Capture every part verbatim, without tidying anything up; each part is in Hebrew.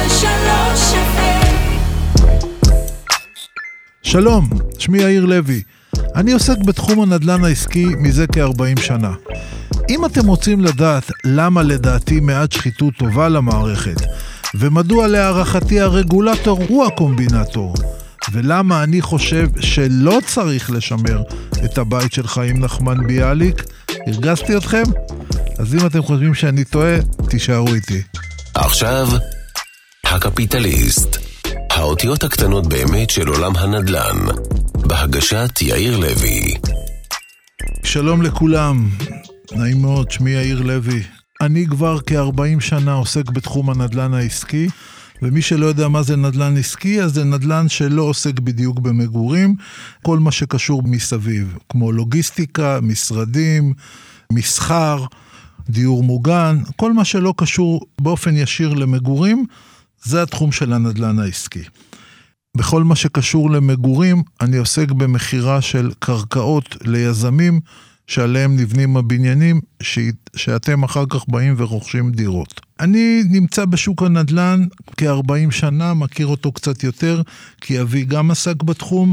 שלוש אף אם. שלום, שמי יאיר לוי. אני עוסק בתחום הנדל"ן העסקי מזה כ-ארבעים שנה. אם אתם רוצים לדעת למה לדעתי מעט שחיתות טובה למערכת, ומדוע להערכתי הרגולטור הוא הקומבינטור, ולמה אני חושב שלא צריך לשמר את הבית של חיים נחמן ביאליק, הרגזתי אתכם? אז אם אתם חושבים שאני טועה, תישארו איתי. עכשיו, הקפיטליסט. האותיות הקטנות באמת של עולם הנדל"ן. בהגשת יאיר לוי. שלום לכולם, נעים מאוד, שמי יאיר לוי. אני כבר כ-ארבעים שנה עוסק בתחום הנדל"ן העסקי, ומי שלא יודע מה זה נדל"ן עסקי, אז זה נדל"ן שלא עוסק בדיוק במגורים, כל מה שקשור מסביב, כמו לוגיסטיקה, משרדים, מסחר, דיור מוגן, כל מה שלא קשור באופן ישיר למגורים, זה התחום של הנדל"ן העסקי. בכל מה שקשור למגורים, אני עוסק במחירה של קרקעות ליזמים, שעליהם נבנים הבניינים, ש... שאתם אחר כך באים ורוכשים דירות. אני נמצא בשוק הנדל"ן כ-ארבעים שנה, מכיר אותו קצת יותר, כי אבי גם עסק בתחום,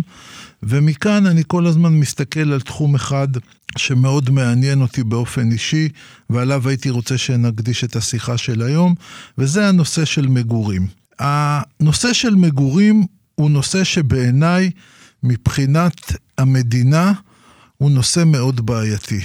ומכאן אני כל הזמן מסתכל על תחום אחד שמאוד מעניין אותי באופן אישי, ועליו הייתי רוצה שנקדיש את השיחה של היום, וזה הנושא של מגורים. הנושא של מגורים הוא נושא שבעיניי, מבחינת המדינה, הוא נושא מאוד בעייתי.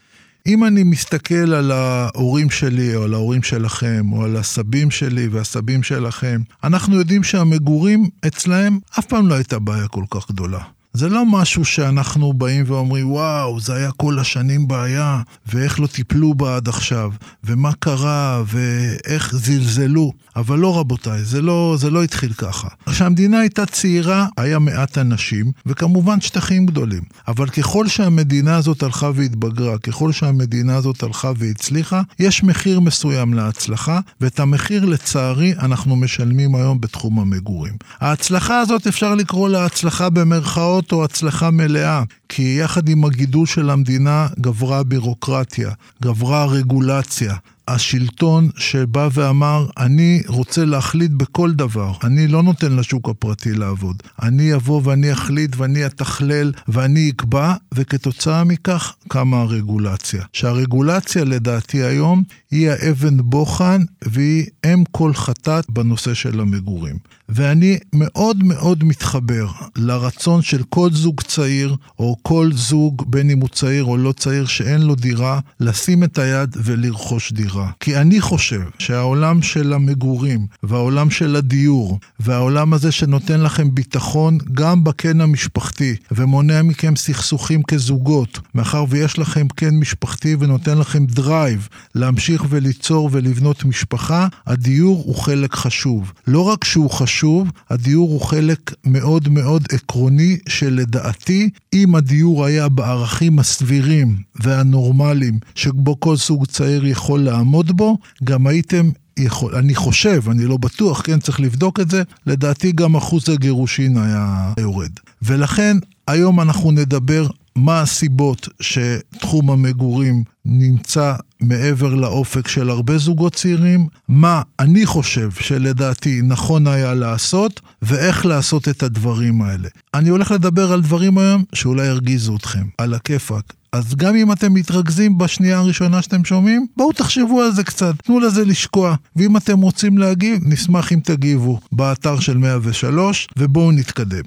אם אני מסתכל על ההורים שלי, או על ההורים שלכם, או על הסבים שלי והסבים שלכם, אנחנו יודעים שהמגורים אצלהם אף פעם לא הייתה בעיה כל כך גדולה. זה לא משהו שאנחנו באים ואומרים, וואו, זה היה כל השנים בעיה, ואיך לא טיפלו בה עד עכשיו, ומה קרה, ואיך זלזלו. אבל לא רבותיי, זה לא, זה לא התחיל ככה. כשהמדינה הייתה צעירה, היה מעט אנשים, וכמובן שטחים גדולים. אבל ככל שהמדינה הזאת הלכה והתבגרה, ככל שהמדינה הזאת הלכה והצליחה, יש מחיר מסוים להצלחה, ואת המחיר לצערי אנחנו משלמים היום בתחום המגורים. ההצלחה הזאת אפשר לקרוא לה הצלחה במרכאות, או הצלחה מלאה, כי יחד עם הגידול של המדינה גברה הבירוקרטיה, גברה הרגולציה, השלטון שבא ואמר, אני רוצה להחליט בכל דבר, אני לא נותן לשוק הפרטי לעבוד, אני אבוא ואני אחליט ואני אתכלל ואני אקבע, וכתוצאה מכך קמה הרגולציה. שהרגולציה לדעתי היום היא האבן בוחן והיא אם כל חטאת בנושא של המגורים. ואני מאוד מאוד מתחבר לרצון של כל זוג צעיר, או כל זוג בין אם הוא צעיר או לא צעיר שאין לו דירה, לשים את היד ולרכוש דירה. כי אני חושב שהעולם של המגורים, והעולם של הדיור, והעולם הזה שנותן לכם ביטחון גם בקן המשפחתי, ומונע מכם סכסוכים כזוגות, מאחר ויש לכם קן משפחתי ונותן לכם דרייב להמשיך וליצור ולבנות משפחה, הדיור הוא חלק חשוב. לא רק שהוא חשוב, הדיור הוא חלק מאוד מאוד עקרוני שלדעתי, אם הדיור היה בערכים הסבירים והנורמליים, שבו כל סוג צעיר יכול לעמוד בו, גם הייתם יכול, אני חושב, אני לא בטוח, כן, צריך לבדוק את זה, לדעתי גם אחוז הגירושין היה יורד. ולכן היום אנחנו נדבר מה הסיבות שתחום המגורים נמצא מעבר לאופק של הרבה זוגות צעירים, מה אני חושב שלדעתי נכון היה לעשות, ואיך לעשות את הדברים האלה. אני הולך לדבר על דברים היום שאולי ירגיזו אתכם, על הכיפק. אז גם אם אתם מתרכזים בשנייה הראשונה שאתם שומעים, בואו תחשבו על זה קצת, תנו לזה לשקוע. ואם אתם רוצים להגיב, נשמח אם תגיבו באתר של מאה ושלוש, ובואו נתקדם.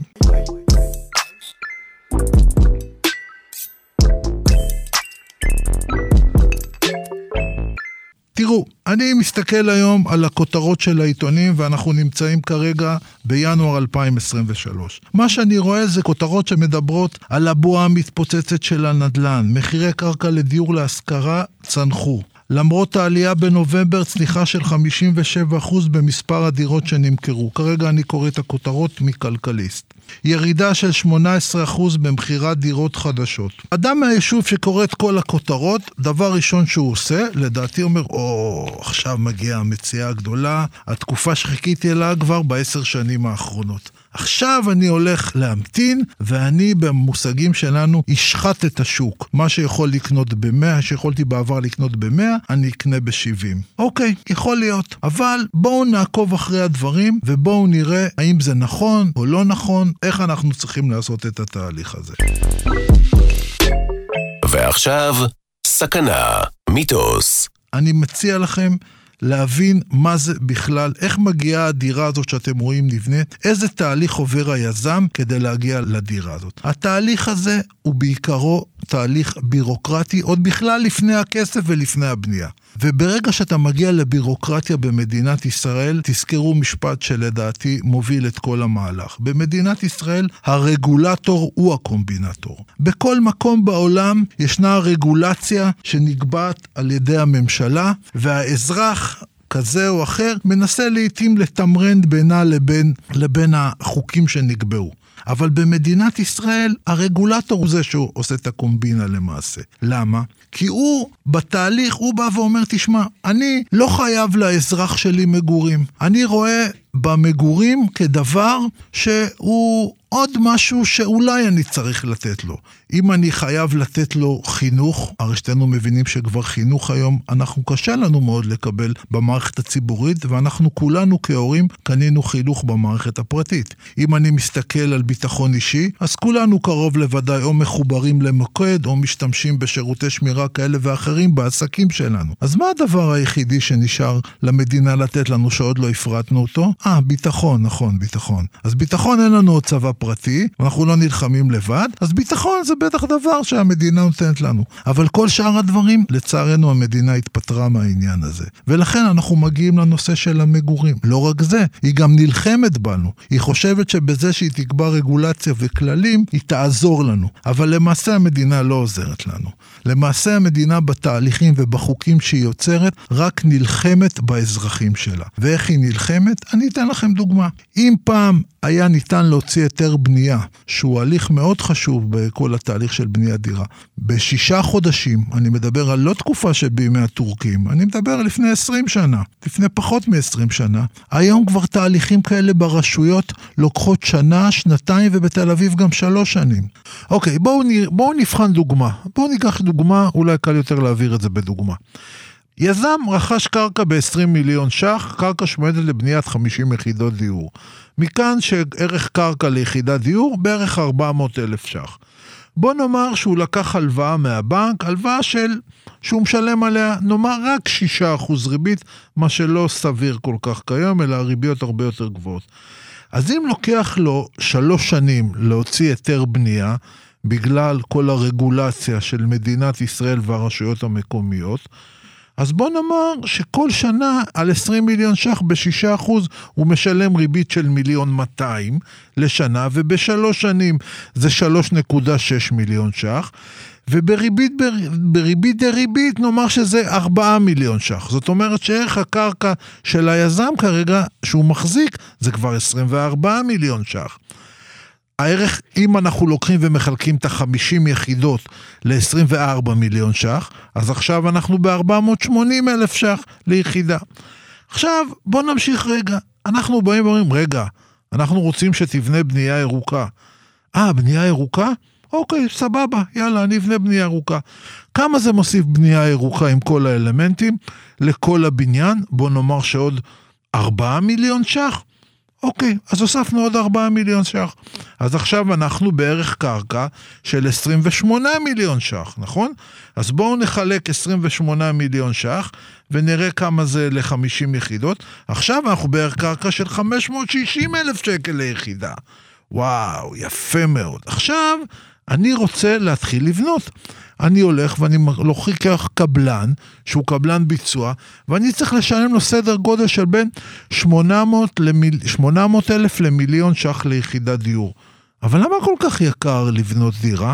תראו, אני מסתכל היום על הכותרות של העיתונים, ואנחנו נמצאים כרגע בינואר אלפיים עשרים ושלוש. מה שאני רואה זה כותרות שמדברות על הבועה המתפוצצת של הנדל"ן, מחירי קרקע לדיור להשכרה צנחו. למרות העלייה בנובמבר, צניחה של חמישים ושבעה אחוז במספר הדירות שנמכרו. כרגע אני קורא את הכותרות מכלכליסט. ירידה של שמונה עשרה אחוז במחירת דירות חדשות. אדם מהיישוב שקורא את כל הכותרות, דבר ראשון שהוא עושה, לדעתי אומר, או, עכשיו מגיעה המציאה הגדולה, התקופה שחיכיתי אליה כבר בעשר שנים האחרונות. עכשיו אני הולך להמתין, ואני במושגים שלנו ישחט את השוק. מה שיכול לקנות ב-מאה, שיכולתי בעבר לקנות ב-מאה, אני אקנה ב-שבעים. אוקיי, יכול להיות. אבל בואו נעקוב אחרי הדברים, ובואו נראה האם זה נכון או לא נכון, איך אנחנו צריכים לעשות את התהליך הזה. ועכשיו, סכנה, מיתוס. אני מציע לכם להבין מה זה בכלל, איך מגיעה הדירה הזאת שאתם רואים נבנית, איזה תהליך עובר היזם כדי להגיע לדירה הזאת. התהליך הזה הוא בעיקרו תהליך בירוקרטי, עוד בכלל לפני הכסף ולפני הבנייה. וברגע שאתה מגיע לבירוקרטיה במדינת ישראל, תזכרו משפט שלדעתי מוביל את כל המהלך. במדינת ישראל הרגולטור הוא הקומבינטור. בכל מקום בעולם ישנה רגולציה שנקבעת על ידי הממשלה, והאזרח כזה או אחר מנסה לעתים לתמרן בינה לבין, לבין החוקים שנקבעו. אבל במדינת ישראל הרגולטור הוא זה שהוא עושה את הקומבינה למעשה. למה? כי הוא בתהליך, הוא בא ואומר, תשמע, אני לא חייב לאזרח שלי מגורים. אני רואה במגורים כדבר שהוא עוד משהו שאולי אני צריך לתת לו. אם אני חייב לתת לו חינוך, הרי שתינו מבינים שכבר חינוך היום, אנחנו קשה לנו מאוד לקבל במערכת הציבורית, ואנחנו כולנו כהורים קנינו חינוך במערכת הפרטית. אם אני מסתכל על ביטחון אישי, אז כולנו קרוב לוודאי או מחוברים למוקד, או משתמשים בשירותי שמירה כאלה ואחרים בעסקים שלנו. אז מה הדבר היחידי שנשאר למדינה לתת לנו שעוד לא הפרטנו אותו? אה, ביטחון, נכון, ביטחון. אז ביטחון אין לנו עוד צבא פרטי, אנחנו לא נלחמים לבד, אז ביטחון זה בטח דבר שהמדינה נותנת לנו. אבל כל שאר הדברים, לצערנו המדינה התפטרה מהעניין הזה. ולכן אנחנו מגיעים לנושא של המגורים. לא רק זה, היא גם נלחמת בנו. היא חושבת שבזה שהיא תקבע רגולציה וכללים, היא תעזור לנו. אבל למעשה המדינה לא עוזרת לנו. למעשה המדינה בתהליכים ובחוקים שהיא יוצרת, רק נלחמת באזרחים שלה. ואיך היא נלחמת? אני אתן לכם דוגמה. אם פעם היה ניתן להוציא יותר בנייה, שהוא הליך מאוד חשוב בכל התהליך של בניית דירה, בשישה חודשים, אני מדבר על לא תקופה שבימי הטורקים, אני מדבר לפני עשרים שנה, לפני פחות מ-עשרים שנה, היום כבר תהליכים כאלה ברשויות לוקחות שנה, שנתיים, ובתל אביב גם שלוש שנים. אוקיי, בואו, בואו נבחן דוגמה. בואו ניקח דוגמה, אולי קל יותר להעביר את זה בדוגמה. יזם רכש קרקע ב-עשרים מיליון שח, קרקע שמועדת לבניית חמישים יחידות דיור. מכאן שערך קרקע ליחידת דיור בערך ארבע מאות אלף שח. בוא נאמר שהוא לקח הלוואה מהבנק, הלוואה של, שהוא משלם עליה, נאמר רק שישה אחוז ריבית, מה שלא סביר כל כך כיום, אלא הריביות הרבה יותר גבוהות. אז אם לוקח לו שלוש שנים להוציא היתר בנייה, בגלל כל הרגולציה של מדינת ישראל והרשויות המקומיות, אז בוא נאמר שכל שנה על עשרים מיליון שח בשישה אחוז הוא משלם ריבית של מיליון מאתיים לשנה, ובשלוש שנים זה שלוש נקודה שש מיליון שח, ובריבית בריבית דריבית נאמר שזה ארבעה מיליון שח. זאת אומרת שערך הקרקע של היזם כרגע שהוא מחזיק זה כבר עשרים וארבעה מיליון שח. הערך, אם אנחנו לוקחים ומחלקים את ה-חמישים יחידות ל-עשרים וארבעה מיליון שח, אז עכשיו אנחנו ב-ארבע מאות ושמונים אלף שח ליחידה. עכשיו, בוא נמשיך רגע. אנחנו באים ואומרים, רגע, אנחנו רוצים שתבנה בנייה ירוקה. אה, בנייה ירוקה? אוקיי, סבבה, יאללה, אני אבנה בנייה ירוקה. כמה זה מוסיף בנייה ירוקה עם כל האלמנטים לכל הבניין? בוא נאמר שעוד ארבעה מיליון שח. אוקיי, אז הוספנו עוד ארבעה מיליון שח. אז עכשיו אנחנו בערך קרקע של עשרים ושמונה מיליון שח, נכון? אז בואו נחלק עשרים ושמונה מיליון שח, ונראה כמה זה ל-חמישים יחידות. עכשיו אנחנו בערך קרקע של חמש מאות ושישים אלף שקל ליחידה. וואו, יפה מאוד. עכשיו אני רוצה להתחיל לבנות. אני הולך ואני לוקח קבלן, שהוא קבלן ביצוע, ואני צריך לשלם לו סדר גודל של בין שמונה מאות אלף למיליון שח ליחידת דיור. אבל למה כל כך יקר לבנות דירה?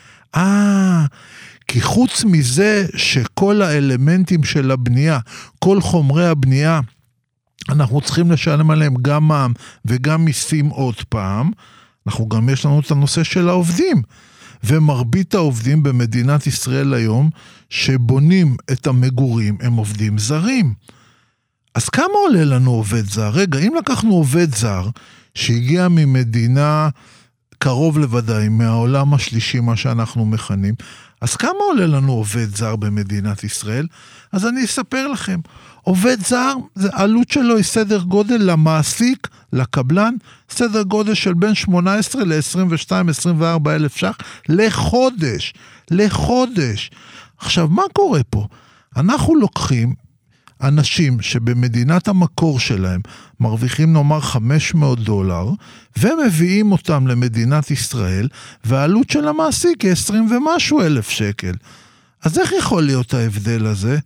אה, כי חוץ מזה שכל האלמנטים של הבנייה, כל חומרי הבנייה, אנחנו צריכים לשלם עליהם גם מע"מ וגם מיסים עוד פעם, אנחנו גם יש לנו את הנושא של העובדים. ומרבית העובדים במדינת ישראל היום, שבונים את המגורים, הם עובדים זרים. אז כמה עולה לנו עובד זר? רגע, אם לקחנו עובד זר שהגיע ממדינה קרוב לוודאי, מהעולם השלישי, מה שאנחנו מכנים, אז כמה עולה לנו עובד זר במדינת ישראל? אז אני אספר לכם. עובד זר, העלות שלו היא סדר גודל למעסיק, לקבלן, סדר גודל של בין שמונה עשרה ל-עשרים ושתיים עשרים וארבע אלף ש"ח לחודש, לחודש. עכשיו, מה קורה פה? אנחנו לוקחים אנשים שבמדינת המקור שלהם מרוויחים נאמר חמש מאות דולר, ומביאים אותם למדינת ישראל, והעלות של המעסיק היא עשרים ומשהו אלף שקל. אז איך יכול להיות ההבדל הזה?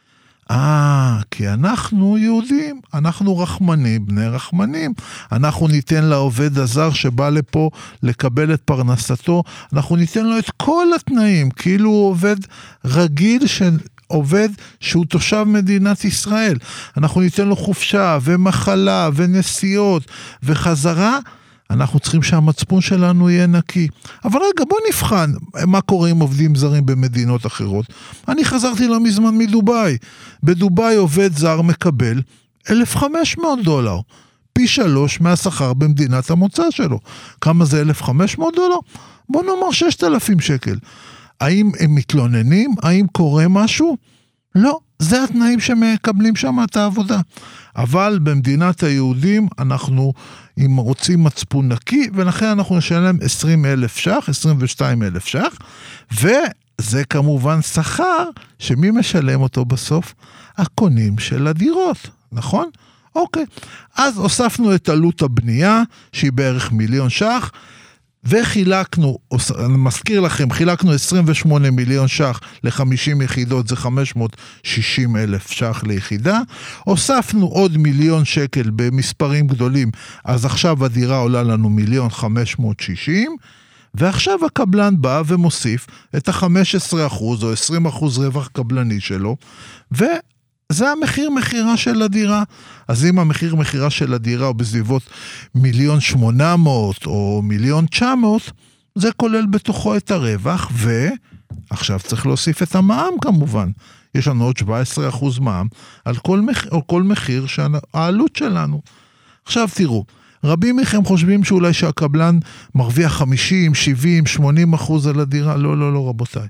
אה, כי אנחנו יהודים, אנחנו רחמנים, בני רחמנים. אנחנו ניתן לעובד הזר שבא לפה לקבל את פרנסתו, אנחנו ניתן לו את כל התנאים, כאילו הוא עובד רגיל של... עובד שהוא תושב מדינת ישראל. אנחנו ניתן לו חופשה ומחלה ונסיעות וחזרה. אנחנו צריכים שהמצפון שלנו יהיה נקי. אבל רגע, בוא נבחן מה קורה עם עובדים זרים במדינות אחרות. אני חזרתי לא מזמן מדוביי. בדוביי עובד זר מקבל אלף וחמש מאות דולר. פי שלוש מהשכר במדינת המוצא שלו. כמה זה אלף וחמש מאות דולר? בוא נאמר ששת אלפים שקל. האם הם מתלוננים? האם קורה משהו? לא, זה התנאים שמקבלים שם את העבודה. אבל במדינת היהודים אנחנו אם רוצים מצפון נקי, ולכן אנחנו נשלם עשרים אלף ש"ח, עשרים ושתיים אלף ש"ח, וזה כמובן שכר שמי משלם אותו בסוף? הקונים של הדירות, נכון? אוקיי, אז הוספנו את עלות הבנייה, שהיא בערך מיליון ש"ח, וחילקנו, אני מזכיר לכם, חילקנו עשרים ושמונה מיליון ש"ח ל-חמישים יחידות, זה חמש מאות ושישים אלף ש"ח ליחידה, הוספנו עוד מיליון שקל במספרים גדולים, אז עכשיו הדירה עולה לנו מיליון חמש מאות ושישים, ועכשיו הקבלן בא ומוסיף את ה-חמש עשרה אחוז או עשרים אחוז רווח קבלני שלו, ו... זה המחיר מחירה של הדירה. אז אם המחיר מחירה של הדירה הוא בסביבות מיליון שמונה מאות או מיליון תשע מאות, זה כולל בתוכו את הרווח, ועכשיו צריך להוסיף את המע"מ כמובן. יש לנו עוד שבע עשרה אחוז מע"מ על כל מחיר, על כל מחיר שהעלות שלנו. עכשיו תראו, רבים מכם חושבים שאולי שהקבלן מרוויח חמישים, שבעים, שמונים אחוז על הדירה. לא, לא, לא, רבותיי.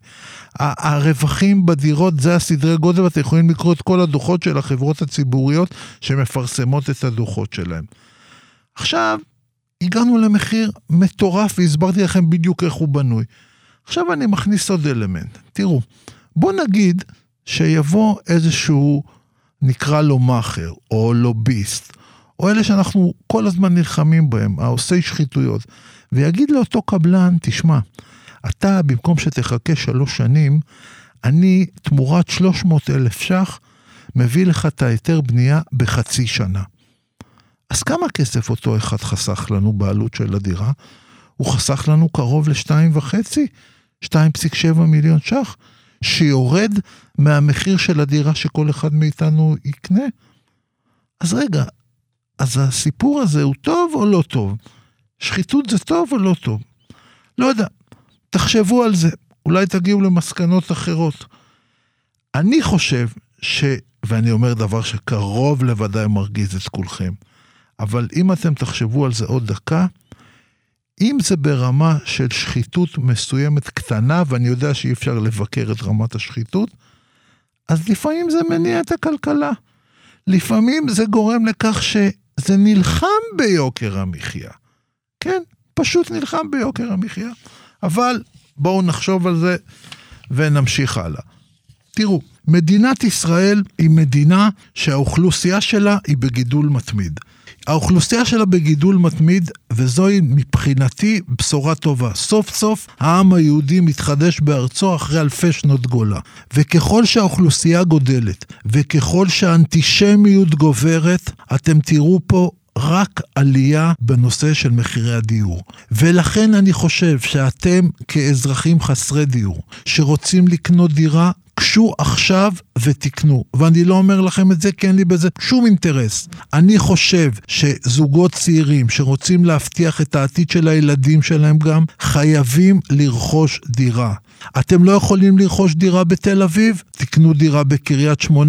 הרווחים בדירות זה הסדרי גודל, ואתם יכולים לקרוא את כל הדוחות של החברות הציבוריות שמפרסמות את הדוחות שלהם. עכשיו, הגענו למחיר מטורף, והסברתי לכם בדיוק איך הוא בנוי. עכשיו אני מכניס עוד אלמנט. תראו, בוא נגיד שיבוא איזשהו, נקרא לו מאחר, או לוביסט, או אלה שאנחנו כל הזמן נלחמים בהם, העושי שחיתויות, ויגיד לאותו קבלן, תשמע, אתה במקום שתחכה שלוש שנים, אני תמורת שלוש מאות אלף ש"ח, מביא לך את היתר בנייה בחצי שנה. אז כמה כסף אותו אחד חסך לנו בעלות של הדירה? הוא חסך לנו קרוב לשתיים וחצי, שתיים נקודה שבע מיליון ש"ח, שיורד מהמחיר של הדירה שכל אחד מאיתנו יקנה. אז רגע, אז הסיפור הזה הוא טוב או לא טוב? שחיתות זה טוב או לא טוב? לא יודע, תחשבו על זה, אולי תגיעו למסקנות אחרות. אני חושב ש, ואני אומר דבר שקרוב לוודאי מרגיז את כולכם, אבל אם אתם תחשבו על זה עוד דקה, אם זה ברמה של שחיתות מסוימת קטנה, ואני יודע שאי אפשר לבקר את רמת השחיתות, אז לפעמים זה מניע את הכלכלה. לפעמים זה גורם לכך שזה נלחם ביוקר המחיה. כן, פשוט נלחם ביוקר המחיה. אבל בואו נחשוב על זה ונמשיך הלאה. תראו, מדינת ישראל היא מדינה שהאוכלוסייה שלה היא בגידול מתמיד. האוכלוסייה שלה בגידול מתמיד, וזוהי מבחינתי בשורה טובה. סוף סוף העם היהודי מתחדש בארצו אחרי אלפי שנות גולה. וככל שהאוכלוסייה גודלת, וככל שהאנטישמיות גוברת, אתם תראו פה רק עלייה בנושא של מחירי הדיור. ולכן אני חושב שאתם כאזרחים חסרי דיור, שרוצים לקנות דירה, קשו עכשיו ותקנו. ואני לא אומר לכם את זה, כי אין לי בזה שום אינטרס. אני חושב שזוגות צעירים שרוצים להבטיח את העתיד של הילדים שלהם גם, חייבים לרכוש דירה. אתם לא יכולים לרכוש דירה בתל אביב, תקנו דירה בקריית שמונה,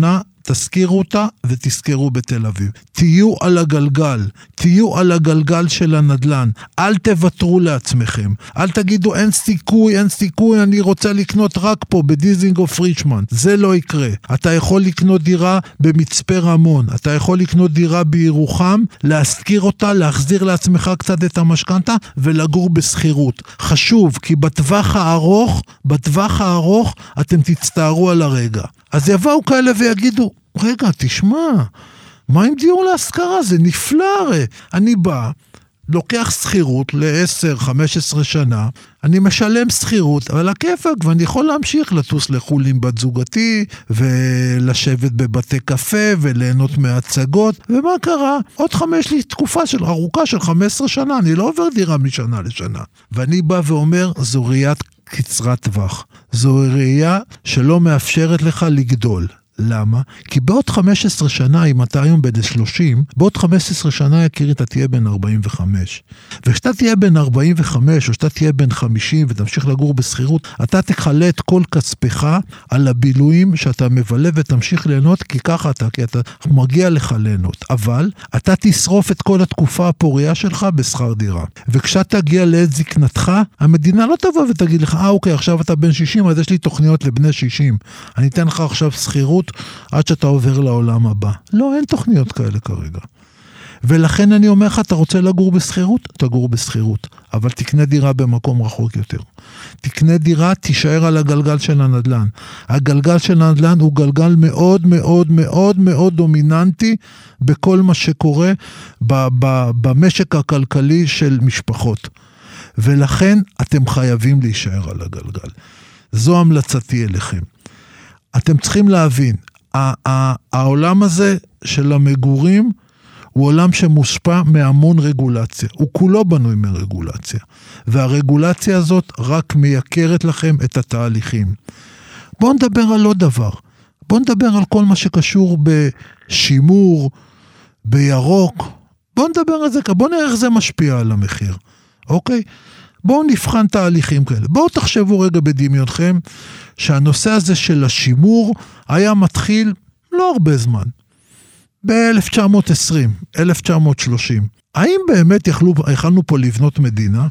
תזכירו אותה ותזכרו בתל אביב. תהיו על הגלגל, תהיו על הגלגל של הנדלן, אל תוותרו לעצמכם, אל תגידו אין סיכוי, אין סיכוי, אני רוצה לקנות רק פה בדיזינגוף ריצ'מונד, זה לא יקרה. אתה יכול לקנות דירה במצפה רמון, אתה יכול לקנות דירה בירוחם, להשכיר אותה, להחזיר לעצמך קצת את המשכנתה ולגור בסחירות. חשוב, כי בטווח הארוך, בטווח הארוך אתם תצטערו על הרגע. אז יבואו כאלה ויגידו, רגע, תשמע, מה עם דיור להשכרה? זה נפלא הרי. אני בא, לוקח שכירות ל-עשר חמש עשרה שנה, אני משלם שכירות, אבל הכיפק, ואני יכול להמשיך לטוס לחול עם בת זוגתי, ולשבת בבתי קפה, וליהנות מהצגות, ומה קרה? עוד חמש לי תקופה של ארוכה של חמש עשרה שנה, אני לא עובר דירה משנה לשנה. ואני בא ואומר, זו ראיית קצרת טווח. זו ראייה שלא מאפשרת לך לגדול. למה? כי בעוד חמש עשרה שנה, אם אתה היום בן שלושים, בעוד חמש עשרה שנה יקירי אתה תהיה בן ארבעים וחמש. וכשאתה תהיה בן ארבעים וחמש, או שאתה תהיה בן חמישים ותמשיך לגור בסחירות, אתה תחלה את כל כספך על הבילויים שאתה מבלה ותמשיך ליהנות, כי ככה אתה, כי אתה מגיע לך ליהנות. אבל אתה תשרוף את כל התקופה הפוריה שלך בשכר דירה. וכשאתה תגיע לעת זקנתך, המדינה לא תבוא ותגיד לך, אה אוקיי, עכשיו אתה בן שישים, אז יש לי תוכניות לבני שישים. אני אתן לך עכשיו שכירות עד שאתה עובר לעולם הבא. לא, אין תוכניות כאלה כרגע. ולכן אני אומר לך, אתה רוצה לגור בסחירות? תגור בסחירות. אבל תקנה דירה במקום רחוק יותר. תקנה דירה, תישאר על הגלגל של הנדלן. הגלגל של הנדלן הוא גלגל מאוד מאוד מאוד מאוד דומיננטי בכל מה שקורה ב- ב- במשק הכלכלי של משפחות. ולכן אתם חייבים להישאר על הגלגל. זו המלצתי אליכם. אתם צריכים להבין, העולם הזה של המגורים הוא עולם שמושפע מהמון רגולציה. הוא כולו בנוי מרגולציה. והרגולציה הזאת רק מייקרת לכם את התהליכים. בואו נדבר על עוד דבר. בואו נדבר על כל מה שקשור בשימור, בירוק. בואו נדבר על זה, בואו נראה איך זה משפיע על המחיר. אוקיי? בואו נבחן תהליכים כאלה. בואו תחשבו רגע בדמיונכם, שהנושא הזה של השימור היה מתחיל לא הרבה זמן. ב-אלף תשע מאות עשרים, אלף תשע מאות שלושים. האם באמת יכלו, יכלנו פה לבנות מדינה?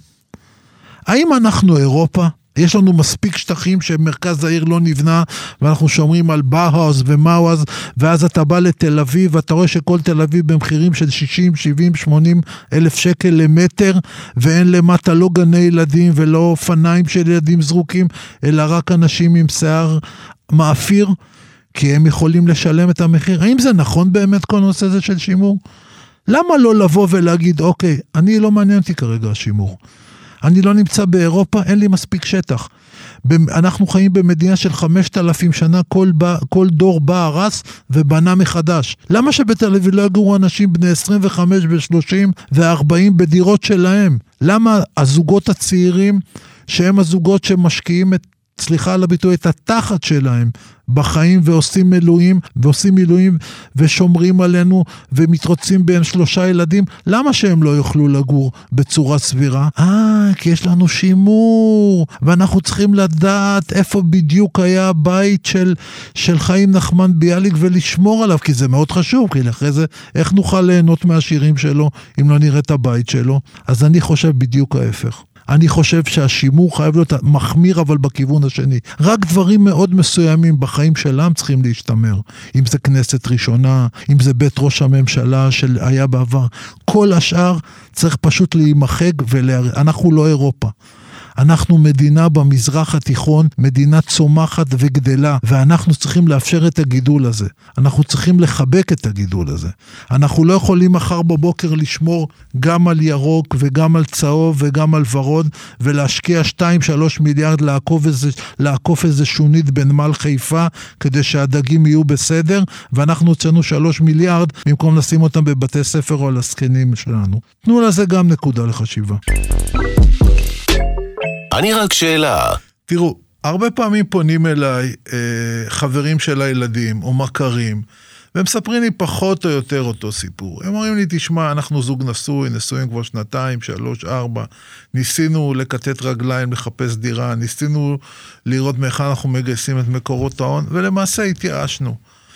האם אנחנו אירופה? יש לנו מספיק שטחים שמרכז העיר לא נבנה, ואנחנו שומרים על באהאוז ומאווז, ואז אתה בא לתל אביב, ואתה רואה שכל תל אביב במחירים של שישים, שבעים, שמונים אלף שקל למטר, ואין למטה לא גני ילדים, ולא אופניים של ילדים זרוקים, אלא רק אנשים עם שיער מאפיר, כי הם יכולים לשלם את המחיר. האם זה נכון באמת כל נושא הזה של שימור? למה לא לבוא ולהגיד, אוקיי, אני לא מעניין אותי כרגע השימור. אני לא נמצא באירופה, אין לי מספיק שטח. אנחנו חיים במדינה של חמשת אלפים שנה, כל, בא, כל דור בא הרס ובנה מחדש. למה שבתל אביב לא יגורו אנשים בני עשרים וחמש ו-שלושים ו-ארבעים בדירות שלהם? למה הזוגות הצעירים, שהם הזוגות שמשקיעים את, סליחה על הביטוי, את התחת שלהם בחיים ועושים מילואים, ועושים מילואים ושומרים עלינו ומתרוצים בין שלושה ילדים, למה שהם לא יוכלו לגור בצורה סבירה? אה, כי יש לנו שימור, ואנחנו צריכים לדעת איפה בדיוק היה הבית של, של חיים נחמן ביאליק ולשמור עליו, כי זה מאוד חשוב, כי אחרי זה איך נוכל ליהנות מהשירים שלו אם לא נראה את הבית שלו? אז אני חושב בדיוק ההפך. אני חושב שהשימור חייב להיות מחמיר, אבל בכיוון השני. רק דברים מאוד מסוימים בחיים שלהם צריכים להשתמר. אם זה כנסת ראשונה, אם זה בית ראש הממשלה שהיה בעבר. כל השאר צריך פשוט להימחק ולהר... אנחנו לא אירופה. אנחנו מדינה במזרח התיכון, מדינה צומחת וגדלה, ואנחנו צריכים לאפשר את הגידול הזה. אנחנו צריכים לחבק את הגידול הזה. אנחנו לא יכולים מחר בבוקר לשמור גם על ירוק וגם על צהוב וגם על ורוד, ולהשקיע שתיים שלוש מיליארד לעקוף איזה, לעקוף איזה שונית בנמל חיפה, כדי שהדגים יהיו בסדר, ואנחנו הוצאנו שלוש מיליארד, במקום לשים אותם בבתי ספר או על הסקנים שלנו. תנו לזה גם נקודה לחשיבה. אני רק שאלה. תראו, הרבה פעמים פונים אליי אה, חברים של הילדים או מכרים, והם מספרים לי פחות או יותר אותו סיפור. הם אומרים לי, תשמע, אנחנו זוג נשוי, נשואים כבר שנתיים, שלוש, ארבע, ניסינו לקטט רגליים, לחפש דירה, ניסינו לראות מאיך אנחנו מגייסים את מקורות ההון, ולמעשה התייאשנו.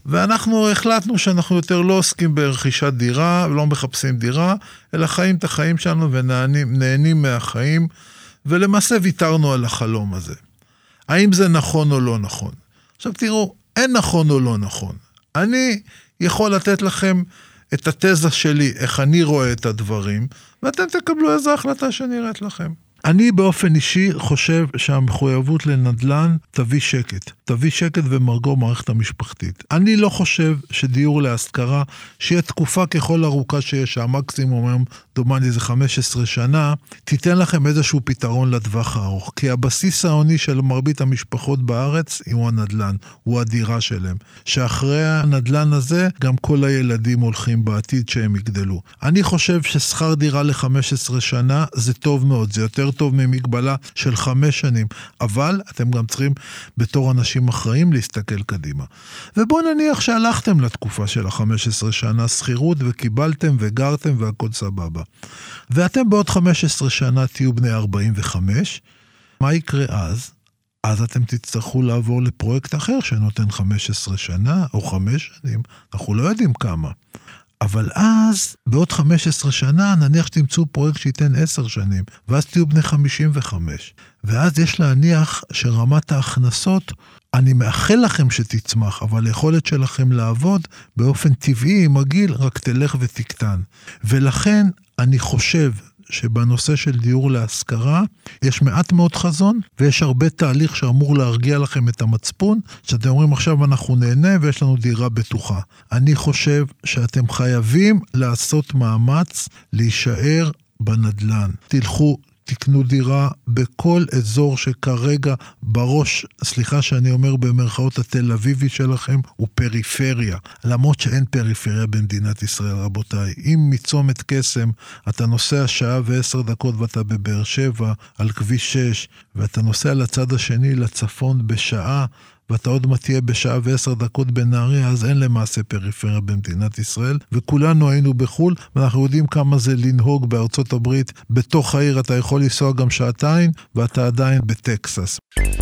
ואנחנו החלטנו שאנחנו יותר לא עוסקים ברכישת דירה, ולא מחפשים דירה, אלא חיים את החיים שלנו ונהנים נהנים מהחיים, ולמעשה ויתרנו על החלום הזה. האם זה נכון או לא נכון? עכשיו תראו, אין נכון או לא נכון. אני יכול לתת לכם את התזה שלי, איך אני רואה את הדברים, ואתם תקבלו איזו החלטה שנראית לכם. אני באופן אישי חושב שהמחויבות לנדל"ן תביא שקט. תביא שקט ומרגור מערכת המשפחתית. אני לא חושב שדיור להשכרה, שיהיה תקופה ככל ארוכה שיש, המקסימום היום דומני זה חמש עשרה שנה, תיתן לכם איזשהו פתרון לטווח הארוך. כי הבסיס העוני של מרבית המשפחות בארץ הוא הנדל"ן, הוא הדירה שלהם. שאחרי הנדל"ן הזה, גם כל הילדים הולכים בעתיד שהם יגדלו. אני חושב ששכר דירה ל-חמש עשרה שנה זה טוב מאוד, זה יותר טוב ממגבלה של חמש שנים, אבל אתם גם צריכים בתור אנשים אחראים להסתכל קדימה. ובואו נניח שהלכתם לתקופה של ה-חמש עשרה שנה שכירות וקיבלתם וגרתם והכל סבבה. ואתם בעוד חמש עשרה שנה תהיו בני ארבעים וחמש, מה יקרה אז? אז אתם תצטרכו לעבור לפרויקט אחר שנותן חמש עשרה שנה או חמש שנים, אנחנו לא יודעים כמה. אבל אז, בעוד חמש עשרה שנה, נניח שתמצאו פרויקט שייתן עשר שנים, ואז תהיו בני חמישים וחמש. ואז יש להניח שרמת ההכנסות, אני מאחל לכם שתצמח, אבל היכולת שלכם לעבוד באופן טבעי עם הגיל רק תלך ותקטן. ולכן אני חושב שבנושא של דיור להשכרה, יש מעט מאוד חזון, ויש הרבה תהליך שאמור להרגיע לכם את המצפון, שאתם אומרים עכשיו אנחנו נהנה ויש לנו דירה בטוחה. אני חושב שאתם חייבים לעשות מאמץ להישאר בנדלן. תלכו, תקנו דירה בכל אזור שכרגע בראש, סליחה שאני אומר במרכאות התל אביבי שלכם, הוא פריפריה. למרות שאין פריפריה במדינת ישראל, רבותיי. אם מצומת קסם אתה נוסע שעה ועשר דקות ואתה בבאר שבע על כביש שש, ואתה נוסע לצד השני לצפון בשעה, ואתה עוד מה תהיה בשעה ועשר דקות בנהריה, אז אין למעשה פריפריה במדינת ישראל, וכולנו היינו בחול, ואנחנו יודעים כמה זה לנהוג בארצות הברית, בתוך העיר אתה יכול לנסוע גם שעתיים, ואתה עדיין בטקסס.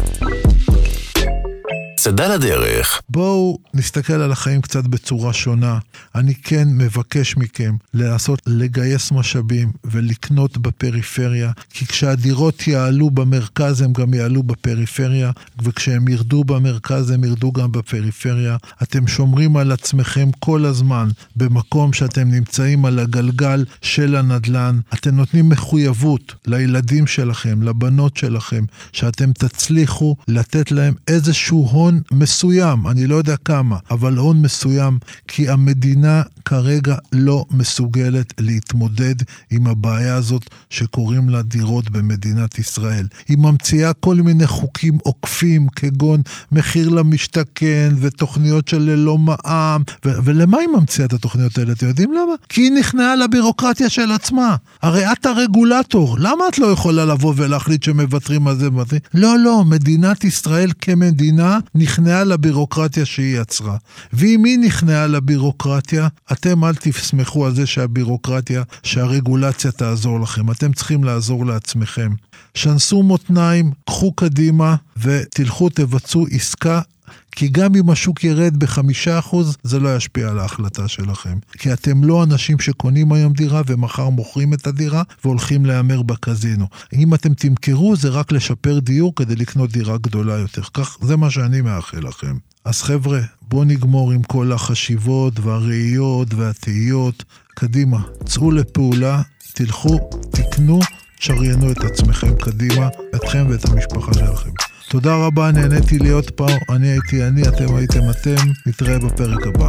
צדה לדרך. בואו נסתכל על החיים קצת בצורה שונה. אני כן מבקש מכם לעשות, לגייס משאבים ולקנות בפריפריה, כי כשהדירות יעלו במרכז הם גם יעלו בפריפריה, וכשהם ירדו במרכז הם ירדו גם בפריפריה. אתם שומרים על עצמכם כל הזמן במקום שאתם נמצאים על הגלגל של הנדלן. אתם נותנים מחויבות לילדים שלכם, לבנות שלכם, שאתם תצליחו לתת להם איזשהו הון מסוים, אני לא יודע כמה, אבל הון מסוים, כי המדינה כרגע לא מסוגלת להתמודד עם הבעיה הזאת שקוראים לה דירות במדינת ישראל. היא ממציאה כל מיני חוקים עוקפים, כגון מחיר למשתכן ותוכניות של ללא מע"מ, ו- ולמה היא ממציאה את התוכניות האלה? אתם יודעים למה? כי היא נכנעה לבירוקרטיה של עצמה. הרי את הרגולטור, למה את לא יכולה לבוא ולהחליט שמוותרים על זה? לא, לא, מדינת ישראל כמדינה נכנעה לבירוקרטיה שהיא יצרה. ואם היא נכנעה לבירוקרטיה, אתם אל תסמכו על זה שהבירוקרטיה, שהרגולציה תעזור לכם. אתם צריכים לעזור לעצמכם. שנסו מותניים, קחו קדימה ותלכו תבצעו עסקה, כי גם אם השוק ירד בחמישה אחוז, זה לא ישפיע על ההחלטה שלכם. כי אתם לא אנשים שקונים היום דירה ומחר מוכרים את הדירה והולכים להיאמר בקזינו. אם אתם תמכרו, זה רק לשפר דיור כדי לקנות דירה גדולה יותר. כך, זה מה שאני מאחל לכם. אז חבר'ה, בואו נגמור עם כל החשיבות והראיות והתהיות. קדימה, צאו לפעולה, תלכו, תקנו, שריינו את עצמכם קדימה, אתכם ואת המשפחה שלכם. תודה רבה, נהניתי להיות פה, אני הייתי אני, אתם הייתם אתם, נתראה בפרק הבא.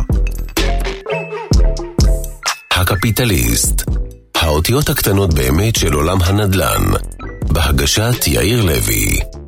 הקפיטליסט, האותיות הקטנות באמת של עולם הנדל"ן, בהגשת יאיר לוי.